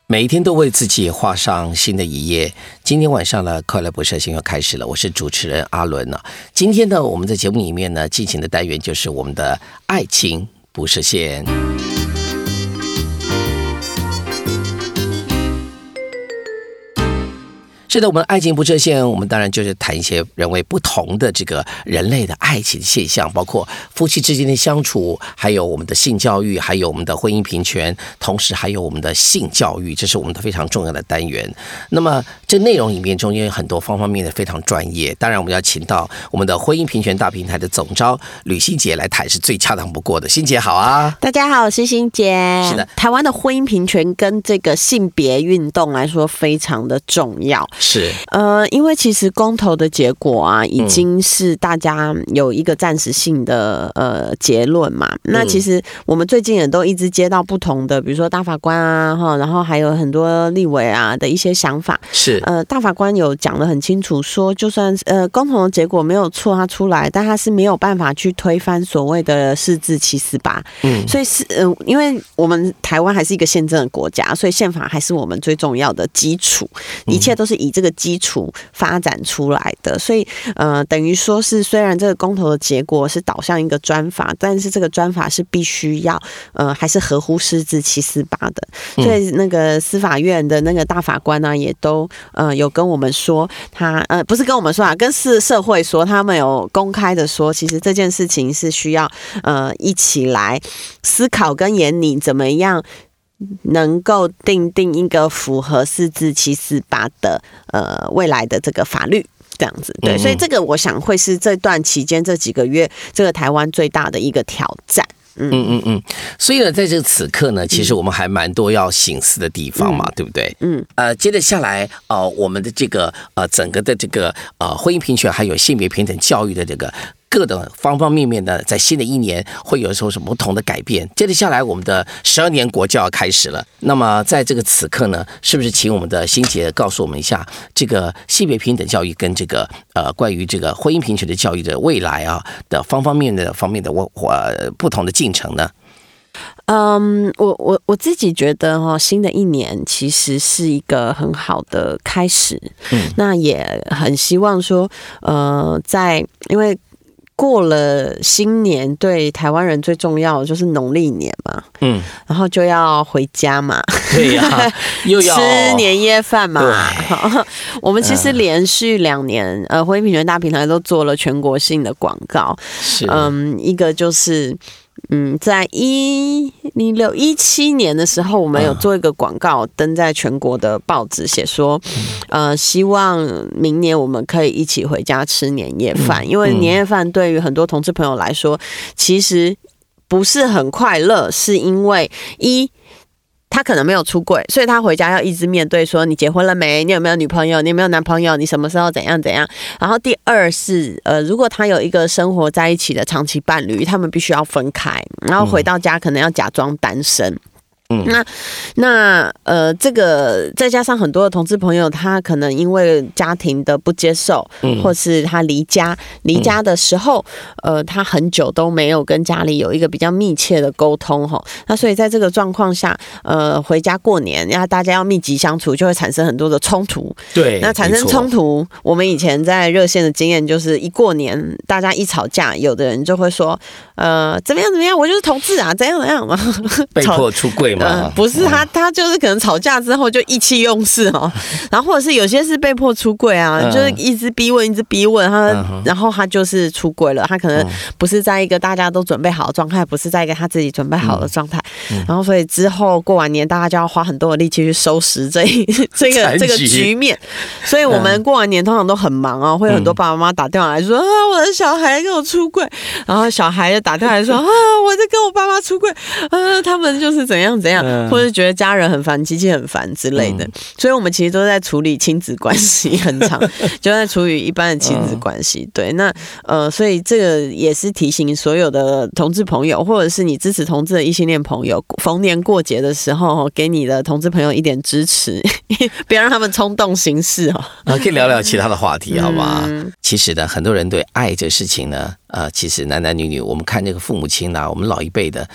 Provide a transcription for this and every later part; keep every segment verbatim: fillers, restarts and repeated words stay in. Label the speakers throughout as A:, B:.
A: 每一天都为自己画上新的一页。今天晚上呢，快乐不设限又开始了。我是主持人阿伦呢。今天呢，我们在节目里面呢进行的单元就是我们的爱情不设限。是的，我们爱情不设限，我们当然就是谈一些人为不同的这个人类的爱情现象，包括夫妻之间的相处，还有我们的性教育，还有我们的婚姻平权，同时还有我们的性教育，这是我们的非常重要的单元。那么这内容里面中间有很多方方面面的非常专业，当然我们要请到我们的婚姻平权大平台的总召吕欣洁来谈是最恰当不过的。欣洁好啊！
B: 大家好，我是欣洁。
A: 是的，
B: 台湾的婚姻平权跟这个性别运动来说非常的重要。
A: 是，
B: 呃，因为其实公投的结果啊，已经是大家有一个暂时性的呃结论嘛。嗯、那其实我们最近也都一直接到不同的，比如说大法官啊，哈，然后还有很多立委啊的一些想法。
A: 是，
B: 呃，大法官有讲得很清楚说，就算呃公投的结果没有错，它出来，但它是没有办法去推翻所谓的释字七四八。嗯，所以是呃，因为我们台湾还是一个宪政的国家，所以宪法还是我们最重要的基础，一切都是以这个基础发展出来的，所以呃，等于说是虽然这个公投的结果是导向一个专法，但是这个专法是必须要呃，还是合乎释字七四八的。所以那个司法院的那个大法官呢、啊，也都呃有跟我们说，他呃不是跟我们说啊，跟社社会说，他们有公开的说，其实这件事情是需要呃一起来思考跟研拟怎么样能够订定一个符合释字七四八的呃未来的这个法律，这样子。对，所以这个我想会是这段期间这几个月这个台湾最大的一个挑战。
A: 嗯嗯嗯，所以呢，在这个此刻呢，其实我们还蛮多要省思的地方嘛，嗯、对不对？嗯，呃，接着下来，呃，我们的这个呃整个的这个呃婚姻平权还有性别平等教育的这个各的方方面面的，在新的一年会有说什么不同的改变？接着下来，我们的十二年国教要开始了。那么在这个此刻呢，是不是请我们的欣洁告诉我们一下，这个性别平等教育跟这个呃关于这个婚姻平权的教育的未来啊的方方面面的方面的我呃不同的进程呢？
B: 嗯，我我我自己觉得哈，新的一年其实是一个很好的开始。嗯，那也很希望说，呃，在因为过了新年，对台湾人最重要的就是农历年嘛，嗯，然后就要回家嘛，
A: 对呀、啊，又要
B: 吃年夜饭嘛。我们其实连续两年，呃，婚姻平权大平台都做了全国性的广告，
A: 是，嗯，
B: 一个就是。嗯，在一零六一七年的时候，我们有做一个广告登在全国的报纸，写说，呃，希望明年我们可以一起回家吃年夜饭，因为年夜饭对于很多同志朋友来说，其实不是很快乐，是因为一。他可能没有出柜，所以他回家要一直面对说你结婚了没？你有没有女朋友？你有没有男朋友？你什么时候怎样怎样？然后第二是呃，如果他有一个生活在一起的长期伴侣，他们必须要分开，然后回到家可能要假装单身。嗯，那那呃，这个再加上很多的同志朋友，他可能因为家庭的不接受，嗯、或是他离家离家的时候，嗯、呃，他很久都没有跟家里有一个比较密切的沟通哈。那所以在这个状况下，呃，回家过年，那大家要密集相处，就会产生很多的冲突。
A: 对，
B: 那产生冲突，我们以前在热线的经验就是，一过年大家一吵架，有的人就会说，呃，怎么样怎么样，我就是同志啊，怎样怎样嘛，
A: 被迫出柜。
B: 呃、不是他，他就是可能吵架之后就意气用事哦，然后或者是有些是被迫出柜啊，嗯、就是一直逼问，一直逼问他，嗯、然后他就是出柜了。他可能不是在一个大家都准备好的状态，不是在一个他自己准备好的状态，嗯、然后所以之后过完年，大家就要花很多的力气去收拾这一这个这个局面。所以我们过完年通常都很忙哦，会有很多爸爸妈妈打电话来说、嗯、啊，我的小孩跟我出柜，然后小孩就打电话来说啊，我在跟我爸妈出柜，啊，他们就是怎样怎样。怎样，或者觉得家人很烦，机器很烦之类的，嗯、所以我们其实都在处理亲子关系，很长，就在处理一般的亲子关系。嗯、对，那呃，所以这个也是提醒所有的同志朋友，或者是你支持同志的异性恋朋友，逢年过节的时候，给你的同志朋友一点支持，不要让他们冲动行事哦。
A: 啊，可以聊聊其他的话题，好吗？嗯、其实呢，很多人对爱这事情呢，呃，其实男男女女，我们看这个父母亲啊，我们老一辈的。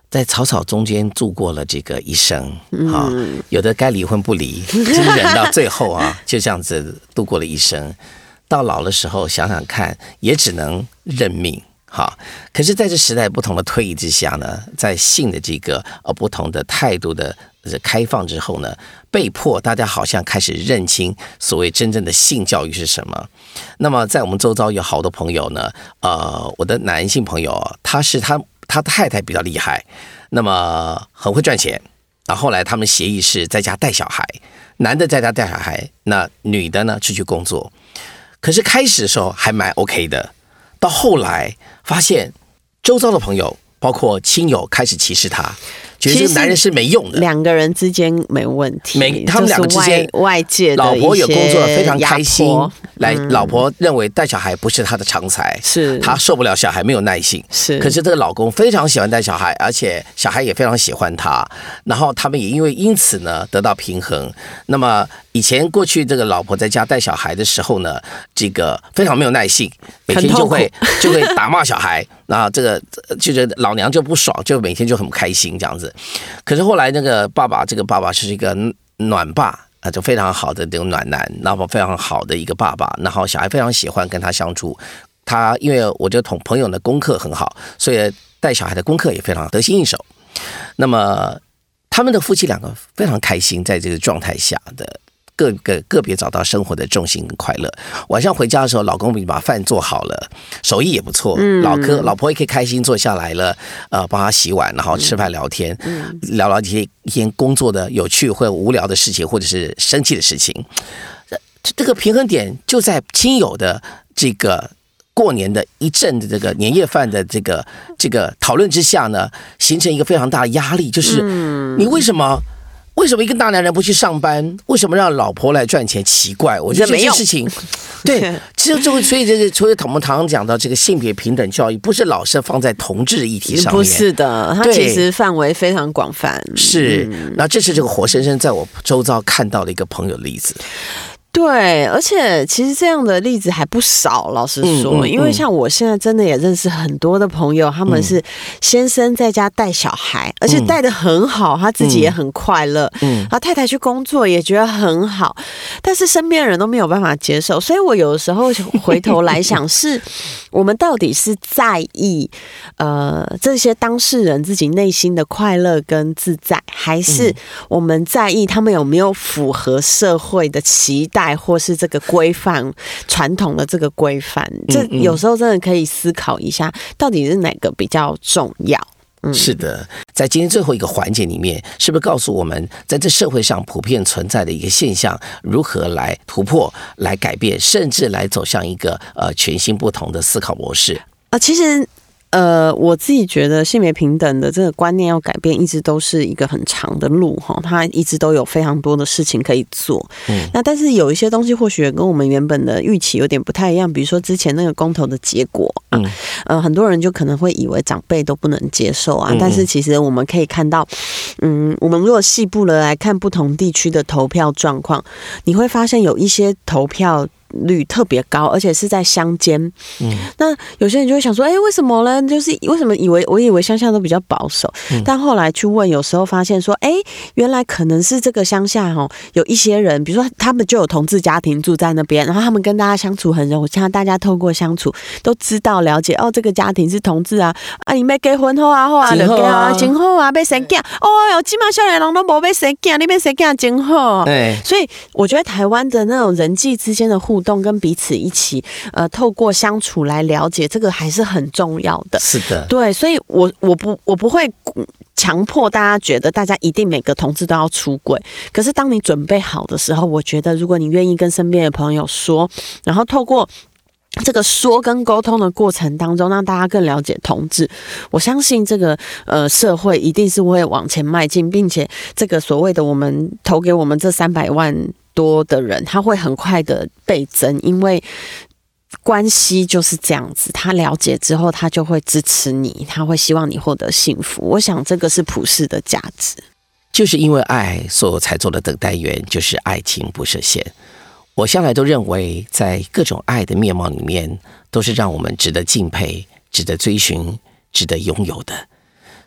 A: 在草草中间度过了这个一生啊，嗯、有的该离婚不离，忍到最后啊，就这样子度过了一生。到老的时候想想看，也只能认命。好，可是在这时代不同的推移之下呢，在性的这个呃不同的态度的开放之后呢，被迫大家好像开始认清所谓真正的性教育是什么。那么在我们周遭有好多朋友呢，呃，我的男性朋友，他是他他太太比较厉害，那么很会赚钱。然后后来他们协议是在家带小孩，男的在家带小孩，那女的呢出去工作。可是开始的时候还蛮 OK 的。到后来发现，周遭的朋友包括亲友开始歧视他，觉得这个男人是没用的。
B: 两个人之间没问题，
A: 没他们两个之间
B: 外界的
A: 老婆有工作非常开心，来、嗯、老婆认为带小孩不是他的长才，
B: 是
A: 他受不了小孩，没有耐性。
B: 是，
A: 可是这个老公非常喜欢带小孩，而且小孩也非常喜欢他，然后他们也因为因此呢得到平衡。那么以前过去这个老婆在家带小孩的时候呢，这个非常没有耐性，每天就会就会打骂小孩，然后这个就是老娘就不爽，就每天就很不开心这样子。可是后来那个爸爸，这个爸爸是一个暖爸啊，就非常好的这种暖男，然后非常好的一个爸爸，然后小孩非常喜欢跟他相处。他因为我觉得同朋友的功课很好，所以带小孩的功课也非常得心应手。那么他们的夫妻两个非常开心，在这个状态下的。个个个别找到生活的重心跟快乐。晚上回家的时候，老公已经把饭做好了，手艺也不错，嗯、老哥老婆也可以开心坐下来了，呃，帮他洗碗，然后吃饭聊天，嗯、聊聊一些一天工作的有趣或无聊的事情，或者是生气的事情。这个平衡点就在亲友的这个过年的一阵的这个年夜饭的这个这个讨论之下呢，形成一个非常大的压力，就是你为什么？为什么一个大男人不去上班？为什么让老婆来赚钱？奇怪，我觉得这件事情，对，其实这个，所以这个，所以我们常常讲到这个性别平等教育，不是老是放在同志的议题上面，
B: 不是的，它其实范围非常广泛。
A: 是，那这是这个活生生在我周遭看到的一个朋友的例子。
B: 对，而且其实这样的例子还不少，老实说，嗯嗯嗯、因为像我现在真的也认识很多的朋友，他们是先生在家带小孩，嗯、而且带得很好，他自己也很快乐，嗯，然后太太去工作也觉得很好，但是身边人都没有办法接受，所以我有的时候回头来想，是我们到底是在意呃这些当事人自己内心的快乐跟自在，还是我们在意他们有没有符合社会的期待？或是这个规范传统的这个规范，这有时候真的可以思考一下，到底是哪个比较重要？
A: 嗯、是的，在今天最后一个环节里面，是不是告诉我们，在这社会上普遍存在的一个现象，如何来突破、来改变，甚至来走向一个呃全新不同的思考模式
B: 啊？其实。呃，我自己觉得性别平等的这个观念要改变，一直都是一个很长的路哈，它一直都有非常多的事情可以做。嗯，那但是有一些东西或许跟我们原本的预期有点不太一样，比如说之前那个公投的结果啊，嗯、呃，很多人就可能会以为长辈都不能接受啊，嗯、但是其实我们可以看到，嗯，我们如果细部的来看不同地区的投票状况，你会发现有一些投票率特别高，而且是在乡间。嗯，那有些人就会想说，哎、欸，为什么呢？就是为什么以为我以为乡下都比较保守，嗯、但后来去问，有时候发现说，哎、欸，原来可能是这个乡下哈，有一些人，比如说他们就有同志家庭住在那边，然后他们跟大家相处很融洽，大家透过相处都知道了解，哦，这个家庭是同志啊，啊，你要结婚好啊，好啊，就结啊，真好啊，要生囝，哦哟，今嘛少年人都无要生囝，你要生囝真好。对，所以我觉得台湾的那种人际之间的互动跟彼此一起呃透过相处来了解，这个还是很重要的。
A: 是的，
B: 对，所以我我不我不会强迫大家觉得大家一定每个同志都要出柜，可是当你准备好的时候，我觉得如果你愿意跟身边的朋友说，然后透过这个说跟沟通的过程当中，让大家更了解同志，我相信这个呃社会一定是会往前迈进，并且这个所谓的我们投给我们这三百万多的人，他会很快的倍增，因为关系就是这样子，他了解之后，他就会支持你，他会希望你获得幸福。我想这个是普世的价值。
A: 就是因为爱，所以我才做的这个单元，就是爱情不设限。我向来都认为，在各种爱的面貌里面，都是让我们值得敬佩、值得追寻、值得拥有的。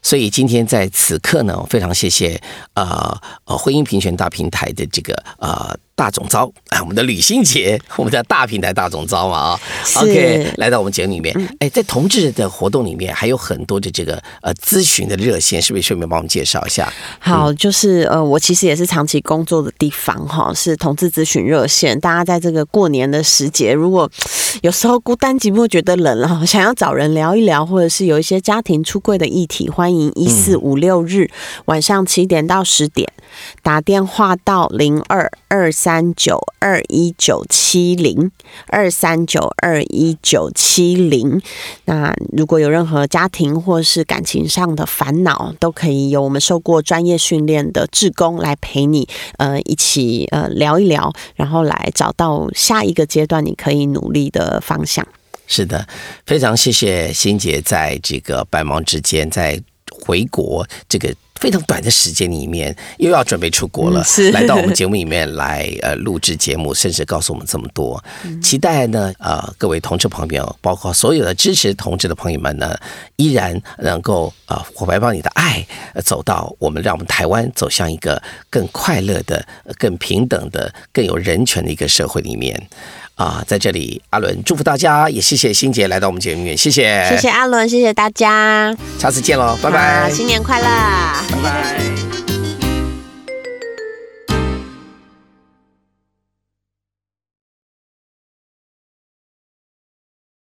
A: 所以今天在此刻呢，非常谢谢呃呃婚姻平权大平台的这个呃大总召，哎，我们的吕欣洁，我们的大平台大总召嘛啊 ，OK， 来到我们节目里面，哎，在同志的活动里面还有很多的这个呃咨询的热线，是不是顺便帮我们介绍一下？
B: 好，就是呃，我其实也是长期工作的地方哈，是同志咨询热线。大家在这个过年的时节，如果有时候孤单寂寞觉得冷了，想要找人聊一聊，或者是有一些家庭出柜的议题，欢迎一四五六日晚上七点到十点打电话到零二二三九二一九七零二三九二一九七零。那如果有任何家庭或是感情上的烦恼，都可以有我们受过专业训练的志工来陪你，呃，一起呃聊一聊，然后来找到下一个阶段你可以努力的方向。
A: 是的，非常谢谢欣洁在这个百忙之间，在回国这个非常短的时间里面，又要准备出国了，嗯、来到我们节目里面来呃录制节目，甚至告诉我们这么多。嗯、期待呢，呃，各位同志朋友，包括所有的支持同志的朋友们呢，依然能够呃怀抱你的爱，走到我们让我们台湾走向一个更快乐的、更平等的、更有人权的一个社会里面。啊，在这里，阿伦祝福大家，也谢谢欣洁来到我们节目里面，谢谢，
B: 谢谢阿伦，谢谢大家，
A: 下次见喽，拜拜，
B: 新年快乐，
A: 拜拜。